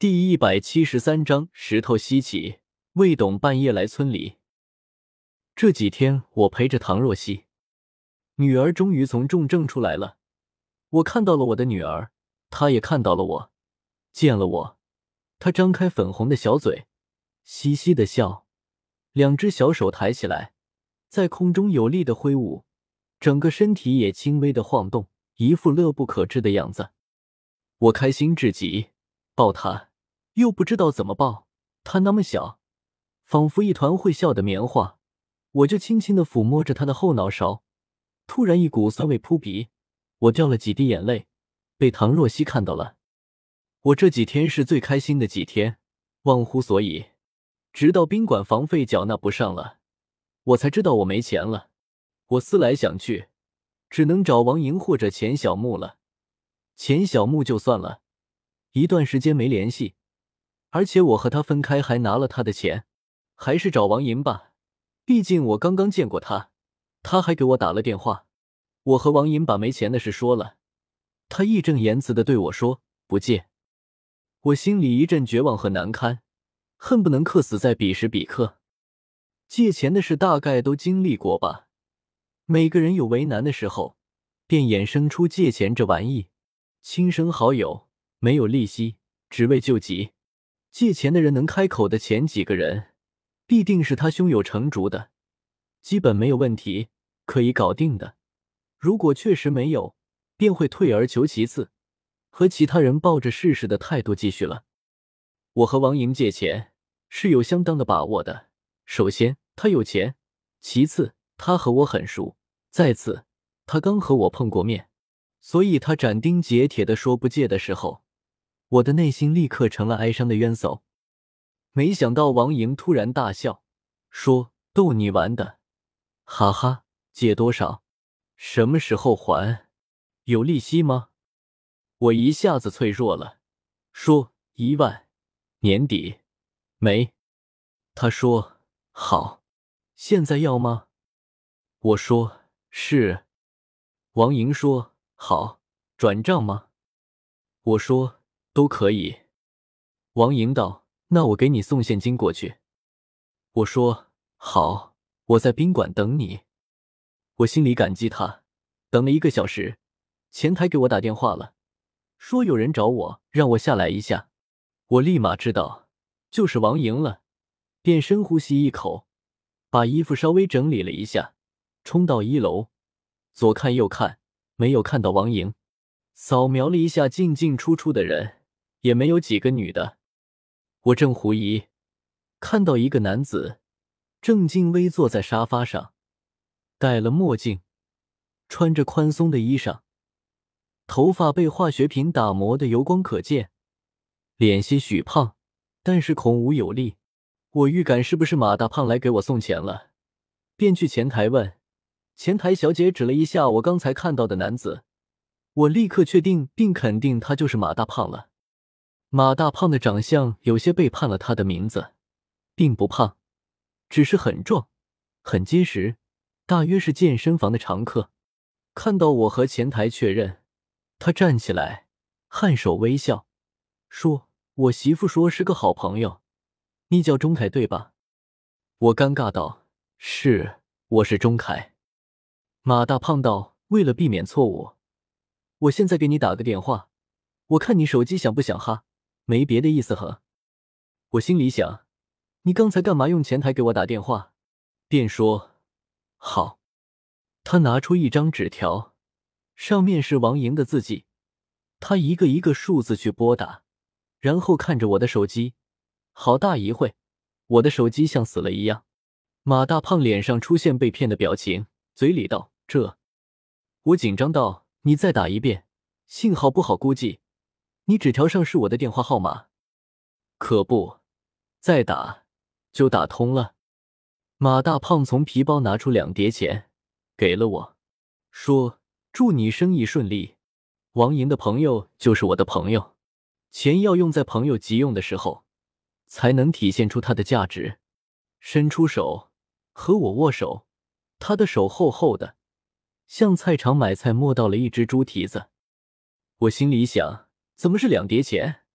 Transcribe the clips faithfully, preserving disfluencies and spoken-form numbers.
第一百七十三章石头稀奇，魏董半夜来村里。这几天我陪着唐若曦，女儿终于从重症出来了。我看到了我的女儿，她也看到了我。见了我，她张开粉红的小嘴，嘻嘻的笑，两只小手抬起来，在空中有力的挥舞，整个身体也轻微的晃动，一副乐不可支的样子。我开心至极，抱她又不知道怎么抱，她那么小，仿佛一团会笑的棉花。我就轻轻地抚摸着她的后脑勺，突然一股酸味扑鼻，我掉了几滴眼泪，被唐若曦看到了。我这几天是最开心的几天，忘乎所以，直到宾馆房费缴纳不上了，我才知道我没钱了。我思来想去，只能找王莹或者钱小木了。钱小木就算了，一段时间没联系，而且我和他分开还拿了他的钱，还是找王莹吧。毕竟我刚刚见过他，他还给我打了电话。我和王莹把没钱的事说了，他义正言辞地对我说不借。我心里一阵绝望和难堪，恨不能客死在彼时彼刻。借钱的事大概都经历过吧，每个人有为难的时候，便衍生出借钱这玩意。亲生好友，没有利息，只为救急。借钱的人能开口的前几个人，必定是他胸有成竹的，基本没有问题，可以搞定的。如果确实没有，便会退而求其次，和其他人抱着试试的态度继续了。我和王莹借钱是有相当的把握的，首先他有钱，其次他和我很熟，再次他刚和我碰过面，所以他斩钉截铁地说不借的时候，我的内心立刻成了哀伤的冤薮。没想到王莹突然大笑，说逗你玩的，哈哈，借多少？什么时候还？有利息吗？我一下子脆弱了，说一万，年底。没。他说好，现在要吗？我说是。王莹说好，转账吗？我说都可以。王莹道，那我给你送现金过去。我说好，我在宾馆等你。我心里感激他，等了一个小时，前台给我打电话了，说有人找我，让我下来一下。我立马知道就是王莹了，便深呼吸一口，把衣服稍微整理了一下，冲到一楼，左看右看，没有看到王莹，扫描了一下进进出出的人，也没有几个女的。我正狐疑，看到一个男子正襟危坐在沙发上，戴了墨镜，穿着宽松的衣裳，头发被化学品打磨得油光可见，脸些许胖，但是孔武有力。我预感是不是马大胖来给我送钱了，便去前台问。前台小姐指了一下我刚才看到的男子，我立刻确定并肯定他就是马大胖了。马大胖的长相有些背叛了他的名字，并不胖，只是很壮，很结实，大约是健身房的常客。看到我和前台确认，他站起来，颔首微笑，说：“我媳妇说是个好朋友，你叫钟凯对吧？”我尴尬道：“是，我是钟凯。”马大胖道：“为了避免错误，我现在给你打个电话，我看你手机响不响哈，没别的意思呵。”我心里想，你刚才干嘛用前台给我打电话？便说好。他拿出一张纸条，上面是王莹的字迹，他一个一个数字去拨打，然后看着我的手机，好大一会，我的手机像死了一样。马大胖脸上出现被骗的表情，嘴里道这。我紧张道，你再打一遍，信号不好，估计你纸条上是我的电话号码。可不，再打就打通了。马大胖从皮包拿出两叠钱给了我，说祝你生意顺利，王莹的朋友就是我的朋友，钱要用在朋友急用的时候，才能体现出它的价值。伸出手和我握手，他的手厚厚的，像菜场买菜摸到了一只猪蹄子。我心里想，怎么是两叠钱？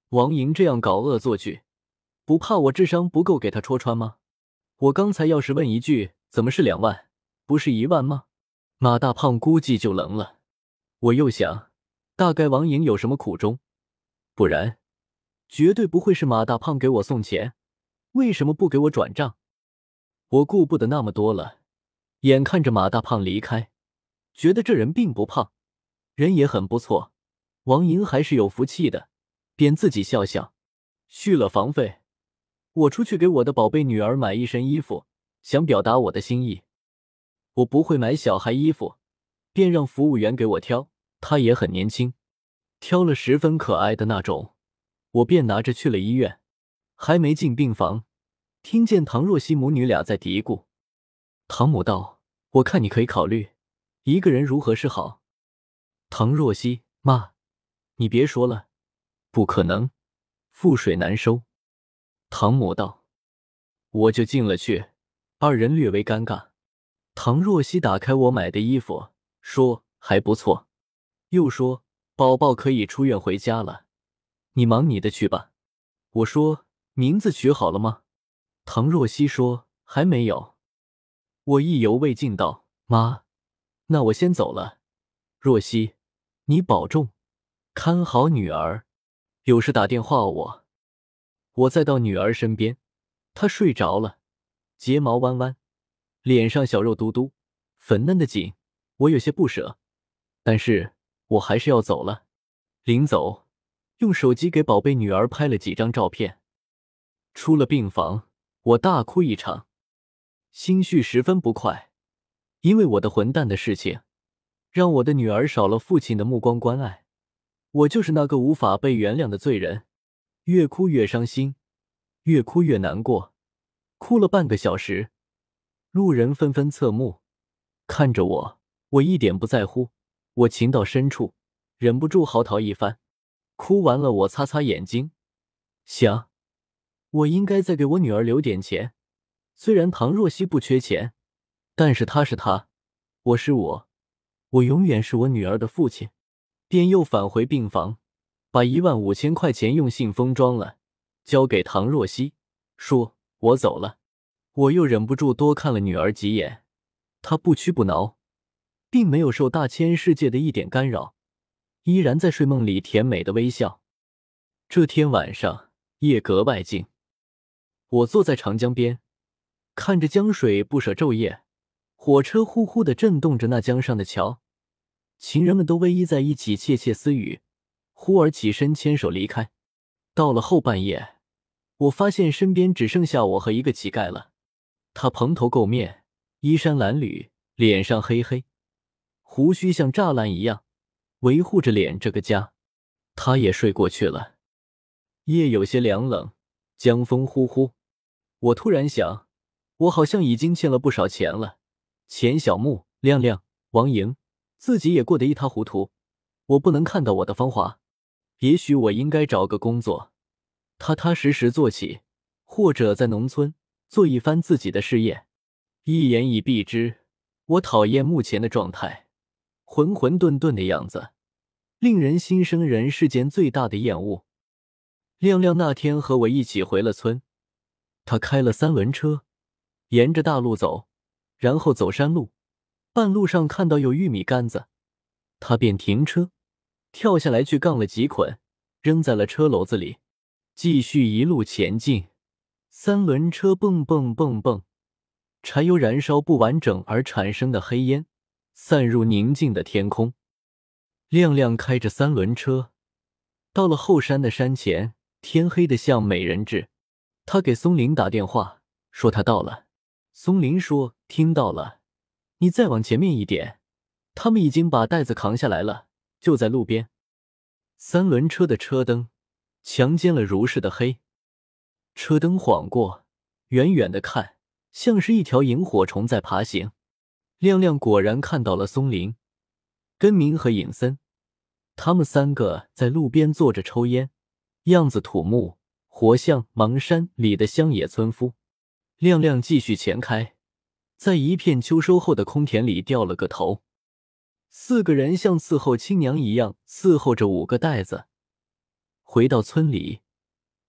王莹这样搞恶作剧，不怕我智商不够给他戳穿吗？我刚才要是问一句，怎么是两万，不是一万吗？马大胖估计就愣了。我又想，大概王莹有什么苦衷，不然绝对不会是马大胖给我送钱，为什么不给我转账？我顾不得那么多了，眼看着马大胖离开，觉得这人并不胖，人也很不错，王莹还是有福气的，便自己笑笑，续了房费，我出去给我的宝贝女儿买一身衣服，想表达我的心意。我不会买小孩衣服，便让服务员给我挑，她也很年轻，挑了十分可爱的那种，我便拿着去了医院。还没进病房，听见唐若曦母女俩在嘀咕。唐母道：我看你可以考虑一个人如何是好。唐若曦：妈，你别说了，不可能，覆水难收。唐母道：我就进了去，二人略微尴尬。唐若曦打开我买的衣服，说还不错，又说宝宝可以出院回家了，你忙你的去吧。我说名字取好了吗？唐若曦说还没有。我意犹未尽道：妈，那我先走了。若曦，你保重，看好女儿，有事打电话我。我再到女儿身边，她睡着了，睫毛弯弯，脸上小肉嘟嘟，粉嫩的紧，我有些不舍，但是我还是要走了。临走，用手机给宝贝女儿拍了几张照片。出了病房，我大哭一场，心绪十分不快，因为我的混蛋的事情，让我的女儿少了父亲的目光关爱，我就是那个无法被原谅的罪人。越哭越伤心，越哭越难过，哭了半个小时，路人纷纷侧目，看着我，我一点不在乎，我情到深处，忍不住嚎啕一番。哭完了，我擦擦眼睛，想，我应该再给我女儿留点钱，虽然唐若曦不缺钱，但是她是她，我是我，我永远是我女儿的父亲。便又返回病房，把一万五千块钱用信封装了，交给唐若曦，说我走了。我又忍不住多看了女儿几眼，她不屈不挠，并没有受大千世界的一点干扰，依然在睡梦里甜美的微笑。这天晚上夜格外静，我坐在长江边，看着江水不舍昼夜，火车呼呼地震动着那江上的桥，情人们都偎依在一起窃窃私语，忽而起身牵手离开。到了后半夜，我发现身边只剩下我和一个乞丐了。他蓬头垢面，衣衫褴褛，脸上黑黑，胡须像栅栏一样维护着脸这个家。他也睡过去了。夜有些凉冷，江风呼呼。我突然想，我好像已经欠了不少钱了，钱小木、亮亮、王莹，自己也过得一塌糊涂，我不能看到我的芳华。也许我应该找个工作，踏踏实实做起，或者在农村做一番自己的事业。一言以蔽之，我讨厌目前的状态，浑浑沌沌的样子，令人心生人世间最大的厌恶。亮亮那天和我一起回了村，他开了三轮车，沿着大路走，然后走山路，半路上看到有玉米杆子，他便停车，跳下来去杠了几捆，扔在了车篓子里，继续一路前进。三轮车蹦蹦蹦蹦，柴油燃烧不完整而产生的黑烟散入宁静的天空。亮亮开着三轮车到了后山的山前，天黑得像美人痣。他给松林打电话说他到了。松林说听到了，你再往前面一点，他们已经把袋子扛下来了，就在路边。三轮车的车灯强奸了如是的黑，车灯晃过，远远的看像是一条萤火虫在爬行。亮亮果然看到了松林、根明和尹森，他们三个在路边坐着抽烟，样子土木，活像邙山里的乡野村夫。亮亮继续前开，在一片秋收后的空田里掉了个头。四个人像伺候亲娘一样伺候着五个袋子，回到村里，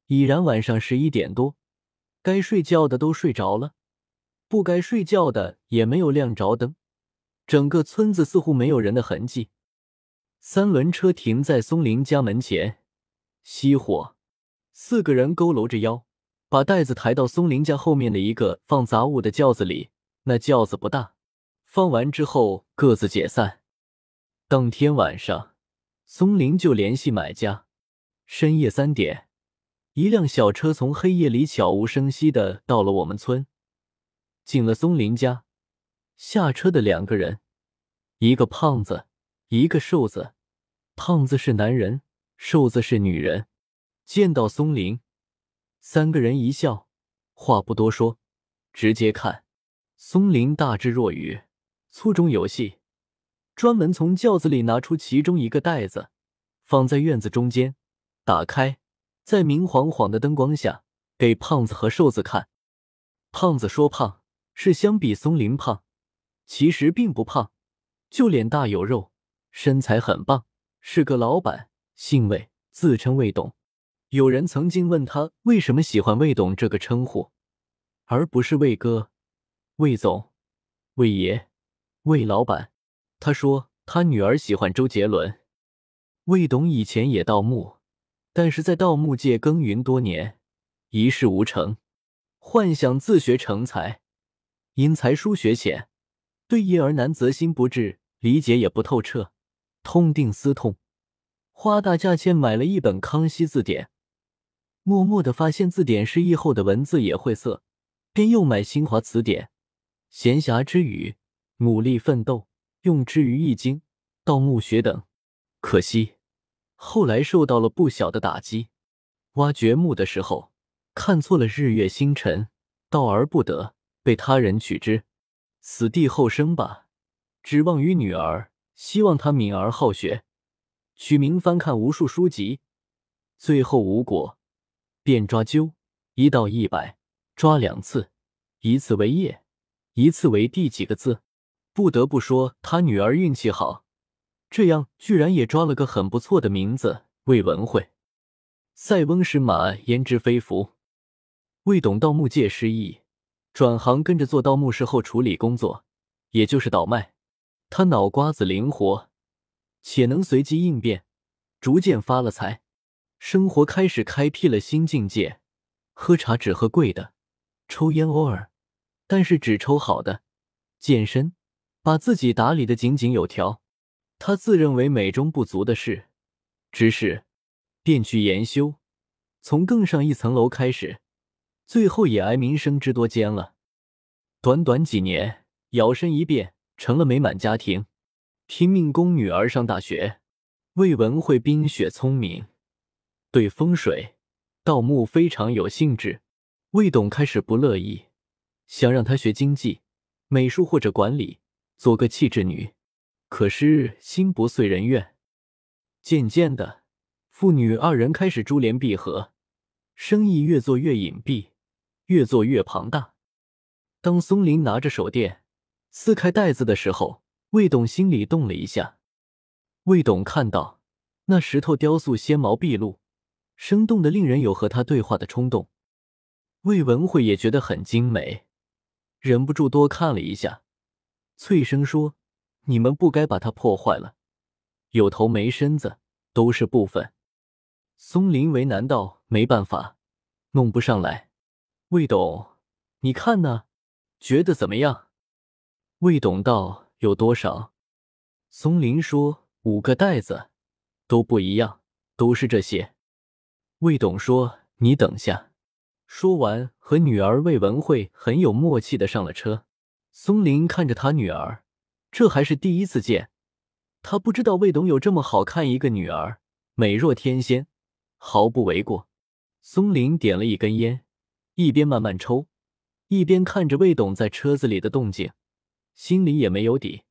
已然晚上十一点多，该睡觉的都睡着了，不该睡觉的也没有亮着灯，整个村子似乎没有人的痕迹。三轮车停在松林家门前，熄火，四个人佝偻着腰，把袋子抬到松林家后面的一个放杂物的轿子里。那轿子不大，放完之后各自解散。当天晚上，松林就联系买家。深夜三点，一辆小车从黑夜里悄无声息地到了我们村，进了松林家。下车的两个人，一个胖子，一个瘦子。胖子是男人，瘦子是女人。见到松林，三个人一笑，话不多说，直接看。松林大智若愚，粗中有细，专门从轿子里拿出其中一个袋子，放在院子中间，打开，在明晃晃的灯光下给胖子和瘦子看。胖子说胖，是相比松林胖，其实并不胖，就脸大有肉，身材很棒，是个老板，姓魏，自称魏董。有人曾经问他为什么喜欢魏董这个称呼，而不是魏哥、魏总、魏爷、魏老板。他说他女儿喜欢周杰伦。魏董以前也盗墓，但是在盗墓界耕耘多年，一事无成，幻想自学成才，因才疏学浅，对一而难则心不至，理解也不透彻，痛定思痛，花大价钱买了一本康熙字典，默默地发现字典失忆后的文字也晦涩，便又买新华词典，闲暇之余努力奋斗，用之于易经、盗墓学等。可惜后来受到了不小的打击，挖掘墓的时候看错了日月星辰，盗而不得，被他人取之。死地后生吧，指望于女儿，希望她敏而好学，取名翻看无数书籍，最后无果，便抓阄，一到一百，抓两次，一次为叶，一次为第几个字。不得不说他女儿运气好，这样居然也抓了个很不错的名字，魏文慧。塞翁失马焉知非福。魏董盗墓界失意，转行跟着做盗墓事后处理工作，也就是倒卖。他脑瓜子灵活，且能随机应变，逐渐发了财，生活开始开辟了新境界。喝茶只喝贵的，抽烟偶尔，但是只抽好的，健身，把自己打理得井井有条。他自认为美中不足的事，知识便去研修，从更上一层楼开始，最后也挨名声之多奸了。短短几年，摇身一变成了美满家庭，拼命供女儿上大学。魏文慧冰雪聪明，对风水、盗墓非常有兴致。魏董开始不乐意，想让她学经济、美术或者管理，做个气质女。可是心不遂人愿，渐渐的，父女二人开始珠联璧合，生意越做越隐蔽，越做越庞大。当松林拿着手电撕开袋子的时候，魏董心里动了一下。魏董看到那石头雕塑纤毛毕露，生动的令人有和他对话的冲动。魏文慧也觉得很精美，忍不住多看了一下，脆声说：“你们不该把它破坏了，有头没身子，都是部分。”松林为难道没办法，弄不上来。魏董，你看呢？觉得怎么样？魏董道：有多少？松林说：五个袋子，都不一样，都是这些。魏董说：你等下。说完，和女儿魏文慧很有默契地上了车。松林看着他女儿，这还是第一次见，他不知道魏董有这么好看一个女儿，美若天仙，毫不为过。松林点了一根烟，一边慢慢抽，一边看着魏董在车子里的动静，心里也没有底。